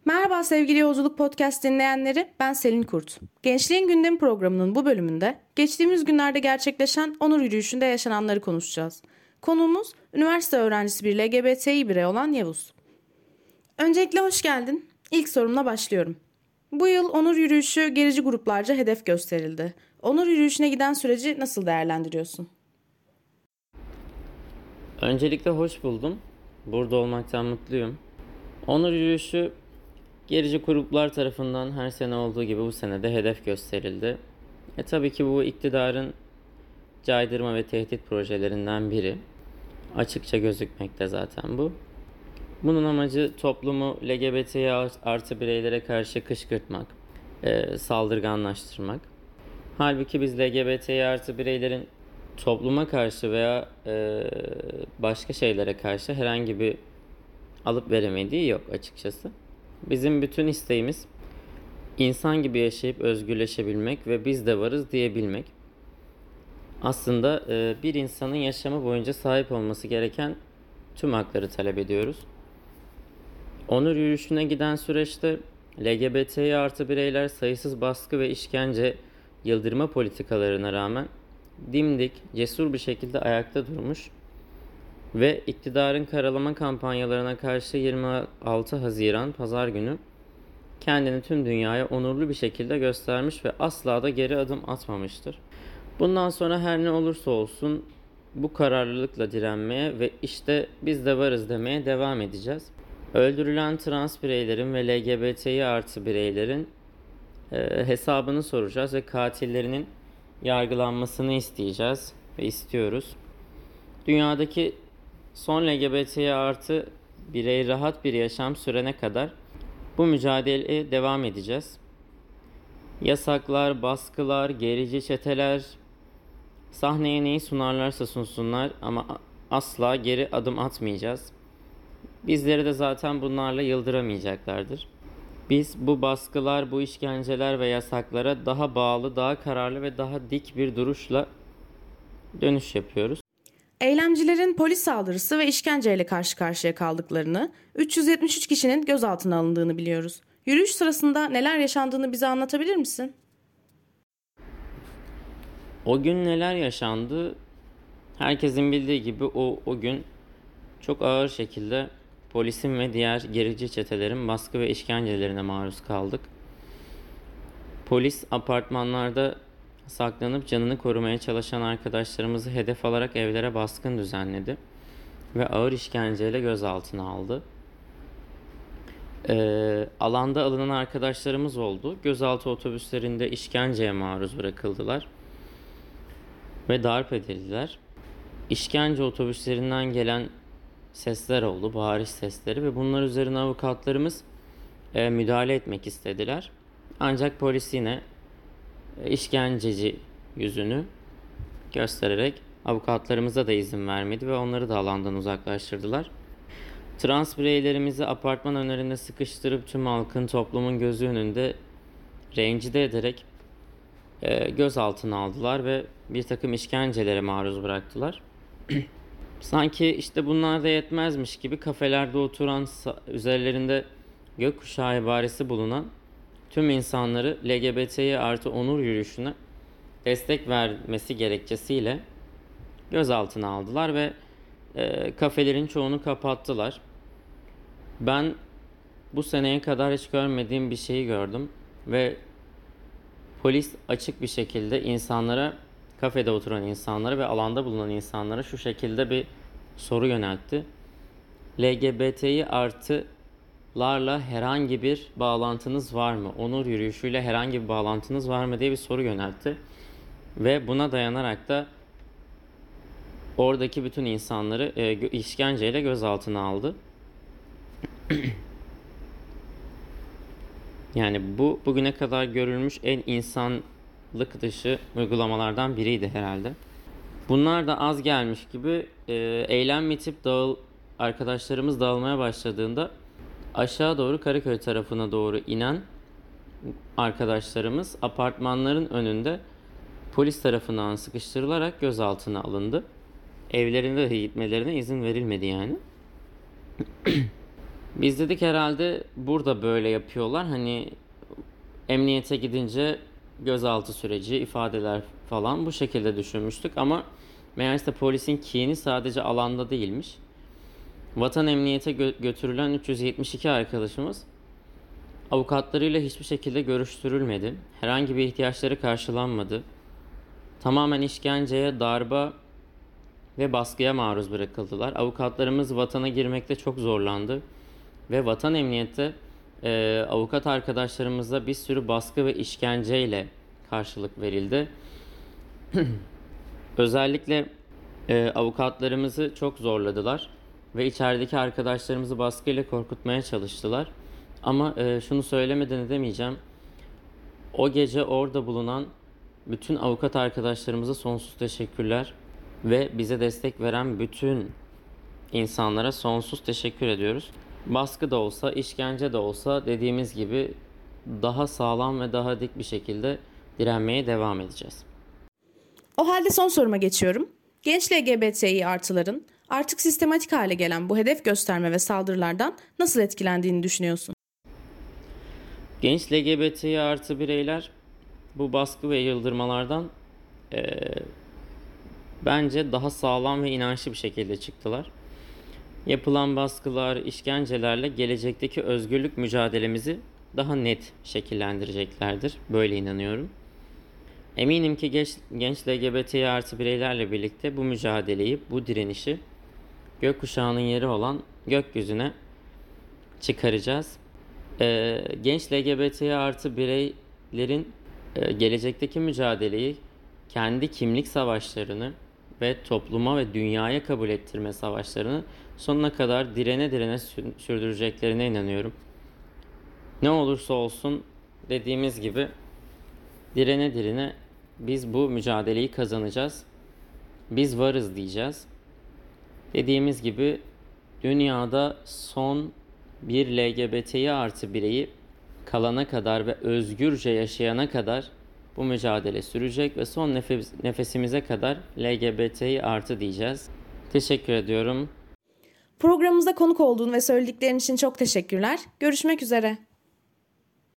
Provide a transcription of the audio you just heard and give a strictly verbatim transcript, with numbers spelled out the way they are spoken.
Merhaba sevgili Yolculuk Podcast dinleyenleri, ben Selin Kurt. Gençliğin Gündemi programının bu bölümünde geçtiğimiz günlerde gerçekleşen onur yürüyüşünde yaşananları konuşacağız. Konuğumuz üniversite öğrencisi bir L G B T İ birey olan Yavuz. Öncelikle hoş geldin. İlk sorumla başlıyorum. Bu yıl onur yürüyüşü gerici gruplarca hedef gösterildi. Onur yürüyüşüne giden süreci nasıl değerlendiriyorsun? Öncelikle hoş buldum. Burada olmaktan mutluyum. Onur yürüyüşü gerici gruplar tarafından her sene olduğu gibi bu sene de hedef gösterildi. E tabii ki bu iktidarın caydırma ve tehdit projelerinden biri. Açıkça gözükmekte zaten bu. Bunun amacı toplumu L G B T artı bireylere karşı kışkırtmak, e, saldırganlaştırmak. Halbuki biz L G B T artı bireylerin topluma karşı veya e, başka şeylere karşı herhangi bir alıp veremediği yok açıkçası. Bizim bütün isteğimiz insan gibi yaşayıp özgürleşebilmek ve biz de varız diyebilmek. Aslında e, bir insanın yaşamı boyunca sahip olması gereken tüm hakları talep ediyoruz. Onur yürüyüşüne giden süreçte L G B T artı bireyler sayısız baskı ve işkence yıldırma politikalarına rağmen dimdik, cesur bir şekilde ayakta durmuş ve iktidarın karalama kampanyalarına karşı yirmi altı Haziran Pazar günü kendini tüm dünyaya onurlu bir şekilde göstermiş ve asla da geri adım atmamıştır. Bundan sonra her ne olursa olsun bu kararlılıkla direnmeye ve işte biz de varız demeye devam edeceğiz. Öldürülen trans bireylerin ve L G B T artı bireylerin e, hesabını soracağız ve katillerinin yargılanmasını isteyeceğiz ve istiyoruz. Dünyadaki son L G B T artı birey rahat bir yaşam sürene kadar bu mücadeleye devam edeceğiz. Yasaklar, baskılar, gerici çeteler sahneye neyi sunarlarsa sunsunlar ama asla geri adım atmayacağız. Bizleri de zaten bunlarla yıldıramayacaklardır. Biz bu baskılar, bu işkenceler ve yasaklara daha bağlı, daha kararlı ve daha dik bir duruşla dönüş yapıyoruz. Eylemcilerin polis saldırısı ve işkenceyle karşı karşıya kaldıklarını, üç yüz yetmiş üç kişinin gözaltına alındığını biliyoruz. Yürüyüş sırasında neler yaşandığını bize anlatabilir misin? O gün neler yaşandı? Herkesin bildiği gibi o, o gün çok ağır şekilde polisin ve diğer gerici çetelerin baskı ve işkencelerine maruz kaldık. Polis apartmanlarda saklanıp canını korumaya çalışan arkadaşlarımızı hedef alarak evlere baskın düzenledi ve ağır işkenceyle gözaltına aldı. Ee, alanda alınan arkadaşlarımız oldu. Gözaltı otobüslerinde işkenceye maruz bırakıldılar ve darp edildiler. İşkence otobüslerinden gelen sesler oldu, bağırış sesleri ve bunlar üzerine avukatlarımız e, müdahale etmek istediler. Ancak polis yine e, işkenceci yüzünü göstererek avukatlarımıza da izin vermedi ve onları da alandan uzaklaştırdılar. Trans bireylerimizi apartman önlerinde sıkıştırıp tüm halkın, toplumun gözü önünde rencide ederek e, gözaltına aldılar ve bir takım işkencelere maruz bıraktılar. Sanki işte bunlar da yetmezmiş gibi kafelerde oturan, üzerlerinde gökkuşağı ibaresi bulunan tüm insanları L G B T artı onur yürüyüşüne destek vermesi gerekçesiyle gözaltına aldılar ve e, kafelerin çoğunu kapattılar. Ben bu seneye kadar hiç görmediğim bir şeyi gördüm ve polis açık bir şekilde insanlara, kafede oturan insanlara ve alanda bulunan insanlara şu şekilde bir soru yöneltti. L G B T artılarla herhangi bir bağlantınız var mı? Onur yürüyüşüyle herhangi bir bağlantınız var mı diye bir soru yöneltti. Ve buna dayanarak da oradaki bütün insanları e, işkenceyle gözaltına aldı. Yani bu bugüne kadar görülmüş en insanlık dışı uygulamalardan biriydi herhalde. Bunlar da az gelmiş gibi e, eylem bitip dağıl, arkadaşlarımız dağılmaya başladığında aşağı doğru Karaköy tarafına doğru inen arkadaşlarımız apartmanların önünde polis tarafından sıkıştırılarak gözaltına alındı. Evlerine de gitmelerine izin verilmedi yani. Biz dedik herhalde burada böyle yapıyorlar. Hani emniyete gidince gözaltı süreci, ifadeler falan bu şekilde düşünmüştük ama meğerse polisin kini sadece alanda değilmiş. Vatan Emniyete gö- götürülen üç yüz yetmiş iki arkadaşımız avukatlarıyla hiçbir şekilde görüştürülmedi. Herhangi bir ihtiyaçları karşılanmadı. Tamamen işkenceye, darba ve baskıya maruz bırakıldılar. Avukatlarımız vatana girmekte çok zorlandı ve Vatan Emniyette e, avukat arkadaşlarımıza bir sürü baskı ve işkenceyle karşılık verildi. Özellikle e, avukatlarımızı çok zorladılar ve içerideki arkadaşlarımızı baskıyla korkutmaya çalıştılar. Ama e, şunu söylemeden edemeyeceğim. O gece orada bulunan bütün avukat arkadaşlarımıza sonsuz teşekkürler ve bize destek veren bütün insanlara sonsuz teşekkür ediyoruz. Baskı da olsa, işkence de olsa dediğimiz gibi daha sağlam ve daha dik bir şekilde direnmeye devam edeceğiz. O halde son soruma geçiyorum. Genç L G B T İ artıların artık sistematik hale gelen bu hedef gösterme ve saldırılardan nasıl etkilendiğini düşünüyorsun? Genç L G B T İ artı bireyler bu baskı ve yıldırmalardan e, bence daha sağlam ve inançlı bir şekilde çıktılar. Yapılan baskılar, işkencelerle gelecekteki özgürlük mücadelemizi daha net şekillendireceklerdir. Böyle inanıyorum. Eminim ki genç, genç L G B T İ artı bireylerle birlikte bu mücadeleyi, bu direnişi gökkuşağının yeri olan gökyüzüne çıkaracağız. Ee, genç L G B T İ artı bireylerin e, gelecekteki mücadeleyi, kendi kimlik savaşlarını ve topluma ve dünyaya kabul ettirme savaşlarını sonuna kadar direne direne sürdüreceklerine inanıyorum. Ne olursa olsun dediğimiz gibi direne direne biz bu mücadeleyi kazanacağız. Biz varız diyeceğiz. Dediğimiz gibi dünyada son bir L G B T İ artı bireyi kalana kadar ve özgürce yaşayana kadar bu mücadele sürecek ve son nefes, nefesimize kadar L G B T İ artı diyeceğiz. Teşekkür ediyorum. Programımıza konuk olduğun ve söylediklerin için çok teşekkürler. Görüşmek üzere.